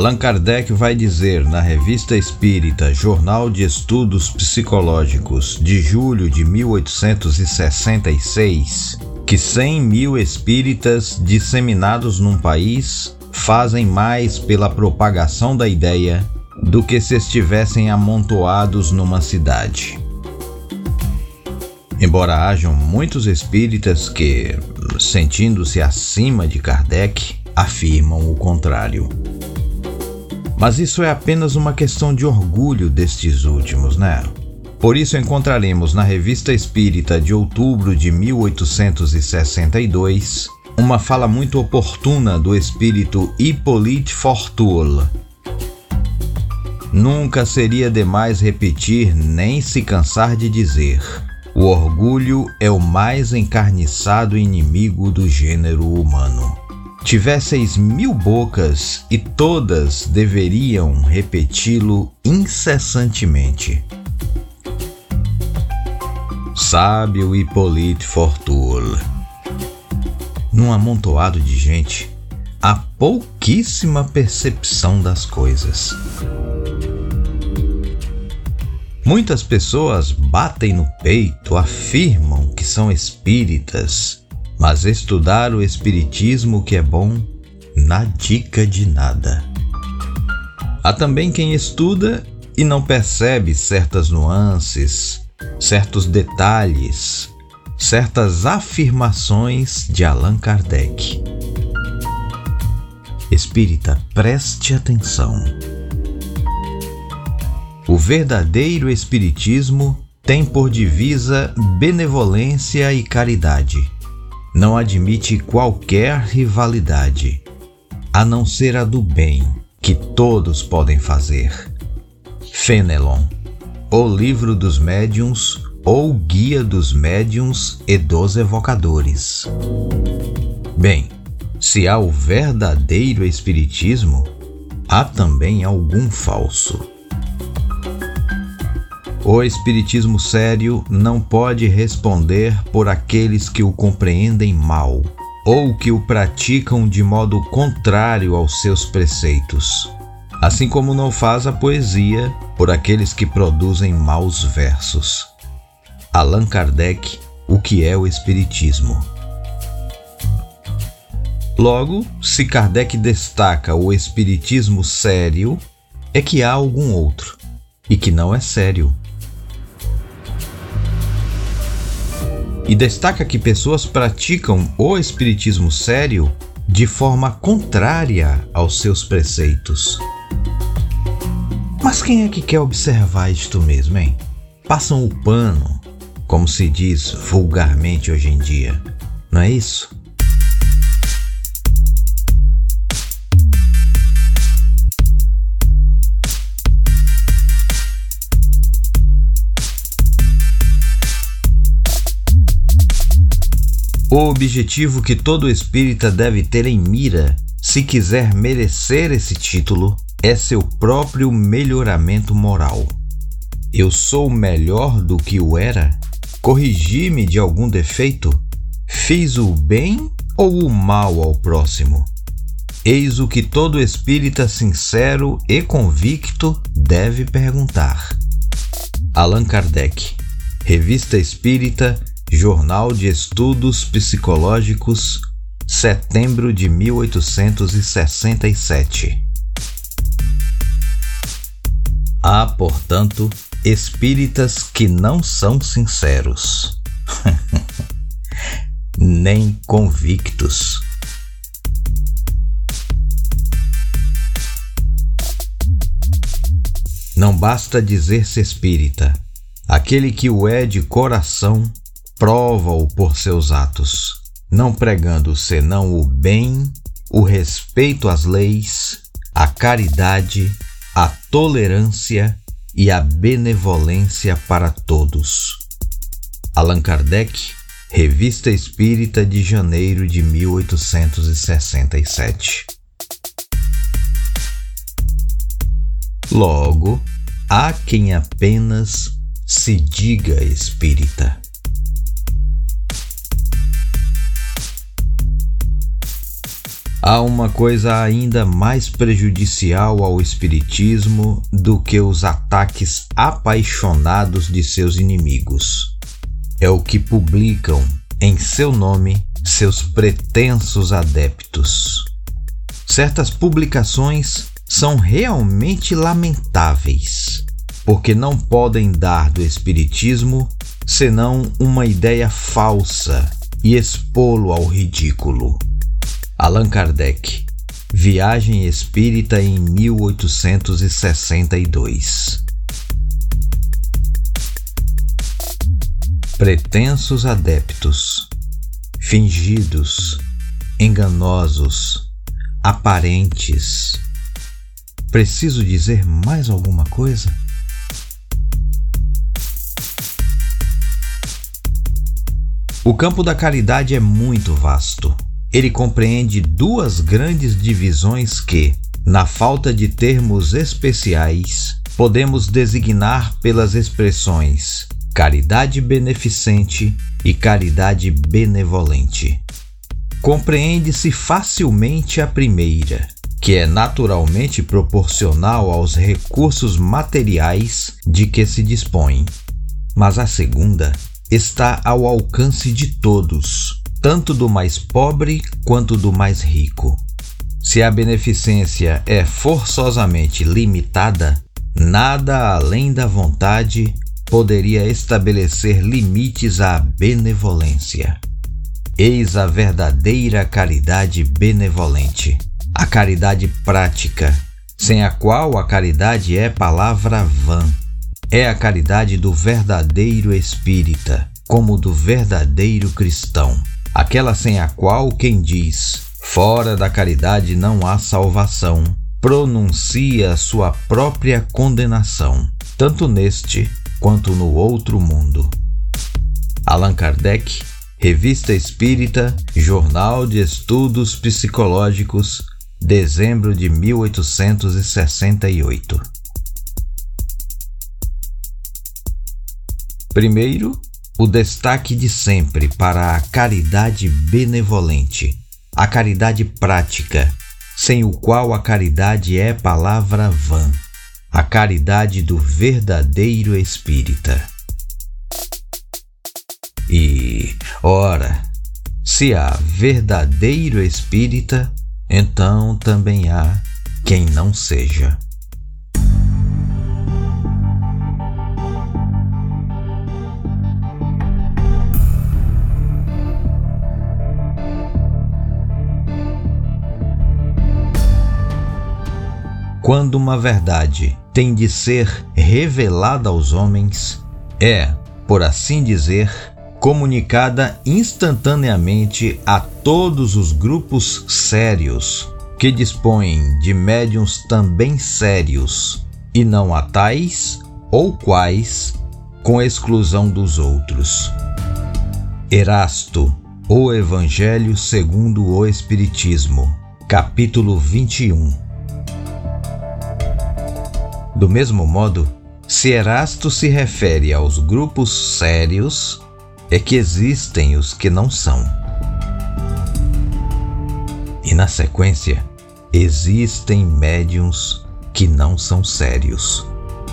Allan Kardec vai dizer na Revista Espírita, Jornal de Estudos Psicológicos, de julho de 1866, que 100 mil espíritas disseminados num país fazem mais pela propagação da ideia do que se estivessem amontoados numa cidade. Embora hajam muitos espíritas que, sentindo-se acima de Kardec, afirmam o contrário. Mas isso é apenas uma questão de orgulho destes últimos, né? Por isso encontraremos na Revista Espírita de outubro de 1862 uma fala muito oportuna do espírito Hippolyte Fortuol. Nunca seria demais repetir nem se cansar de dizer: o orgulho é o mais encarniçado inimigo do gênero humano. Tivesseis 1000 bocas e todas deveriam repeti-lo incessantemente. Sábio Hippolyte Fortuol. Num amontoado de gente, há pouquíssima percepção das coisas. Muitas pessoas batem no peito, afirmam que são espíritas, mas estudar o espiritismo que é bom, na dica de nada. Há também quem estuda e não percebe certas nuances, certos detalhes, certas afirmações de Allan Kardec. Espírita, preste atenção. O verdadeiro espiritismo tem por divisa benevolência e caridade. Não admite qualquer rivalidade, a não ser a do bem, que todos podem fazer. Fenelon, O Livro dos Médiuns ou Guia dos Médiuns e dos Evocadores. Bem, se há o verdadeiro espiritismo, há também algum falso. O espiritismo sério não pode responder por aqueles que o compreendem mal ou que o praticam de modo contrário aos seus preceitos, assim como não faz a poesia por aqueles que produzem maus versos. Allan Kardec, o que é o espiritismo? Logo, se Kardec destaca o espiritismo sério, é que há algum outro, e que não é sério. E destaca que pessoas praticam o espiritismo sério de forma contrária aos seus preceitos. Mas quem é que quer observar isto mesmo, hein? Passam o pano, como se diz vulgarmente hoje em dia, não é isso? O objetivo que todo espírita deve ter em mira, se quiser merecer esse título, é seu próprio melhoramento moral. Eu sou melhor do que o era? Corrigi-me de algum defeito? Fiz o bem ou o mal ao próximo? Eis o que todo espírita sincero e convicto deve perguntar. Allan Kardec, Revista Espírita, Jornal de Estudos Psicológicos, setembro de 1867. Há, portanto, espíritas que não são sinceros, nem convictos. Não basta dizer-se espírita. Aquele que o é de coração prova-o por seus atos, não pregando senão o bem, o respeito às leis, a caridade, a tolerância e a benevolência para todos. Allan Kardec, Revista Espírita de janeiro de 1867. Logo, há quem apenas se diga espírita. Há uma coisa ainda mais prejudicial ao espiritismo do que os ataques apaixonados de seus inimigos. É o que publicam em seu nome seus pretensos adeptos. Certas publicações são realmente lamentáveis, porque não podem dar do espiritismo senão uma ideia falsa e expô-lo ao ridículo. Allan Kardec, Viagem Espírita em 1862. Pretensos adeptos, fingidos, enganosos, aparentes. Preciso dizer mais alguma coisa? O campo da caridade é muito vasto. Ele compreende duas grandes divisões que, na falta de termos especiais, podemos designar pelas expressões caridade beneficente e caridade benevolente. Compreende-se facilmente a primeira, que é naturalmente proporcional aos recursos materiais de que se dispõe, mas a segunda está ao alcance de todos, tanto do mais pobre quanto do mais rico. Se a beneficência é forçosamente limitada, nada além da vontade poderia estabelecer limites à benevolência. Eis a verdadeira caridade benevolente, a caridade prática, sem a qual a caridade é palavra vã. É a caridade do verdadeiro espírita, como do verdadeiro cristão, aquela sem a qual quem diz, fora da caridade não há salvação, pronuncia sua própria condenação, tanto neste quanto no outro mundo. Allan Kardec, Revista Espírita, Jornal de Estudos Psicológicos, dezembro de 1868. Primeiro, o destaque de sempre para a caridade benevolente, a caridade prática, sem o qual a caridade é palavra vã, a caridade do verdadeiro espírita. E, ora, se há verdadeiro espírita, então também há quem não seja. Quando uma verdade tem de ser revelada aos homens, é, por assim dizer, comunicada instantaneamente a todos os grupos sérios que dispõem de médiuns também sérios, e não a tais ou quais, com exclusão dos outros. Erasto, O Evangelho segundo o Espiritismo, capítulo 21. Do mesmo modo, se Erasto se refere aos grupos sérios, é que existem os que não são. E na sequência, existem médiuns que não são sérios.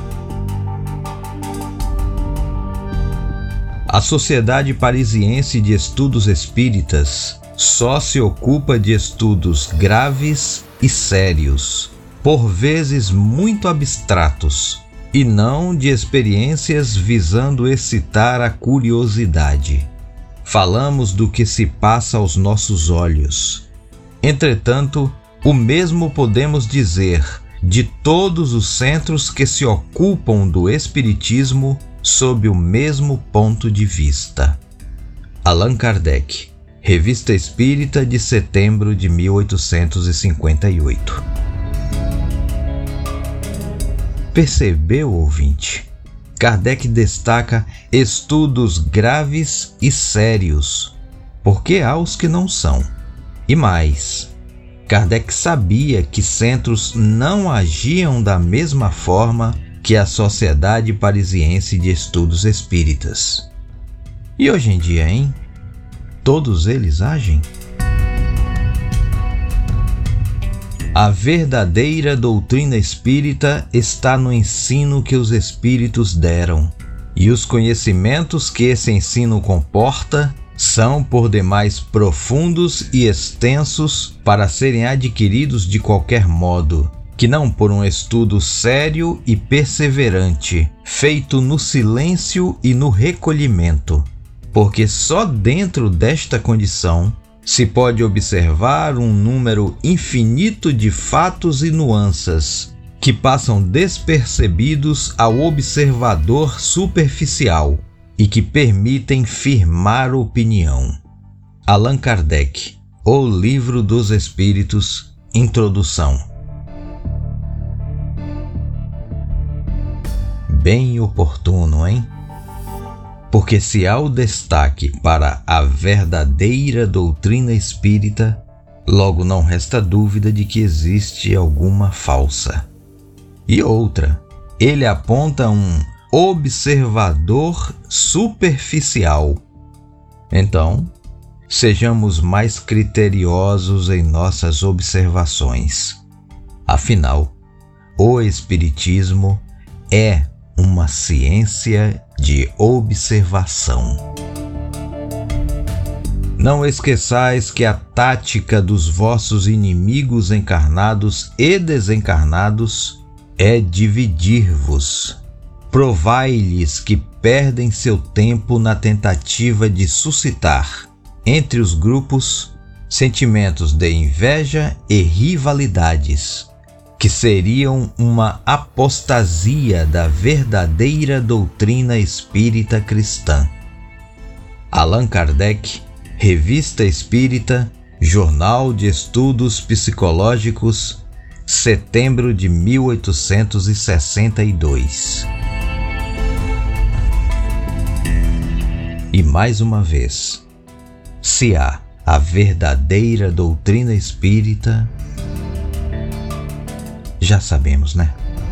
A Sociedade Parisiense de Estudos Espíritas só se ocupa de estudos graves e sérios, por vezes muito abstratos, e não de experiências visando excitar a curiosidade. Falamos do que se passa aos nossos olhos. Entretanto, o mesmo podemos dizer de todos os centros que se ocupam do espiritismo sob o mesmo ponto de vista. Allan Kardec, Revista Espírita de setembro de 1858. Percebeu, ouvinte? Kardec destaca estudos graves e sérios, porque há os que não são. E mais, Kardec sabia que centros não agiam da mesma forma que a Sociedade Parisiense de Estudos Espíritas. E hoje em dia, hein? Todos eles agem? A verdadeira doutrina espírita está no ensino que os espíritos deram, e os conhecimentos que esse ensino comporta são por demais profundos e extensos para serem adquiridos de qualquer modo, que não por um estudo sério e perseverante, feito no silêncio e no recolhimento, porque só dentro desta condição se pode observar um número infinito de fatos e nuances que passam despercebidos ao observador superficial e que permitem firmar opinião. Allan Kardec, O Livro dos Espíritos, Introdução. Bem oportuno, hein? Porque se há o destaque para a verdadeira doutrina espírita, logo não resta dúvida de que existe alguma falsa. E outra, ele aponta um observador superficial. Então, sejamos mais criteriosos em nossas observações. Afinal, o Espiritismo é uma ciência de observação. Não esqueçais que a tática dos vossos inimigos encarnados e desencarnados é dividir-vos. Provai-lhes que perdem seu tempo na tentativa de suscitar, entre os grupos, sentimentos de inveja e rivalidades, que seriam uma apostasia da verdadeira doutrina espírita cristã. Allan Kardec, Revista Espírita, Jornal de Estudos Psicológicos, setembro de 1862. E mais uma vez, se há a verdadeira doutrina espírita, já sabemos, né?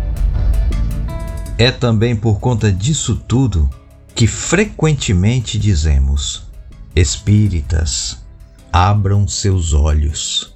É também por conta disso tudo que frequentemente dizemos: espíritas, abram seus olhos.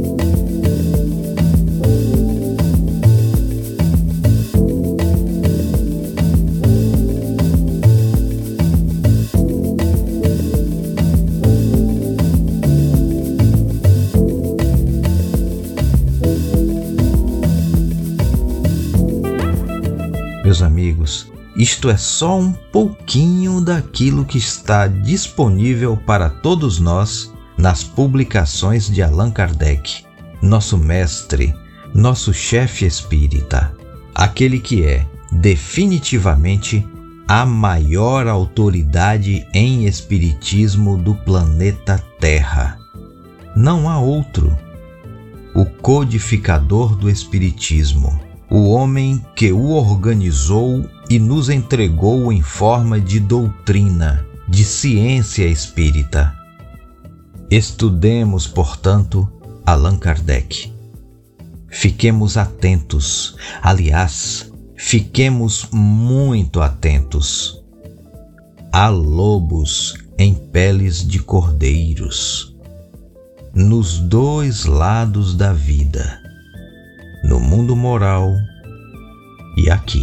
Meus amigos, isto é só um pouquinho daquilo que está disponível para todos nós nas publicações de Allan Kardec, nosso mestre, nosso chefe espírita, aquele que é definitivamente a maior autoridade em espiritismo do planeta Terra. Não há outro. O codificador do espiritismo, o homem que o organizou e nos entregou em forma de doutrina, de ciência espírita. Estudemos, portanto, Allan Kardec. Fiquemos atentos, aliás, fiquemos muito atentos. Há lobos em peles de cordeiros, nos dois lados da vida, no mundo moral e aqui.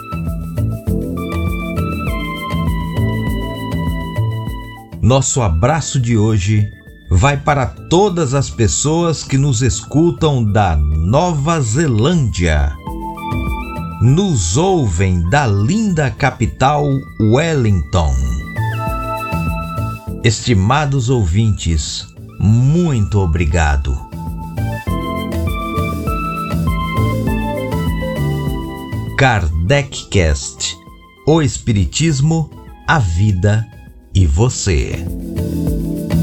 Nosso abraço de hoje vai para todas as pessoas que nos escutam da Nova Zelândia. Nos ouvem da linda capital Wellington. Estimados ouvintes, muito obrigado. KardecCast, o Espiritismo, a vida e você.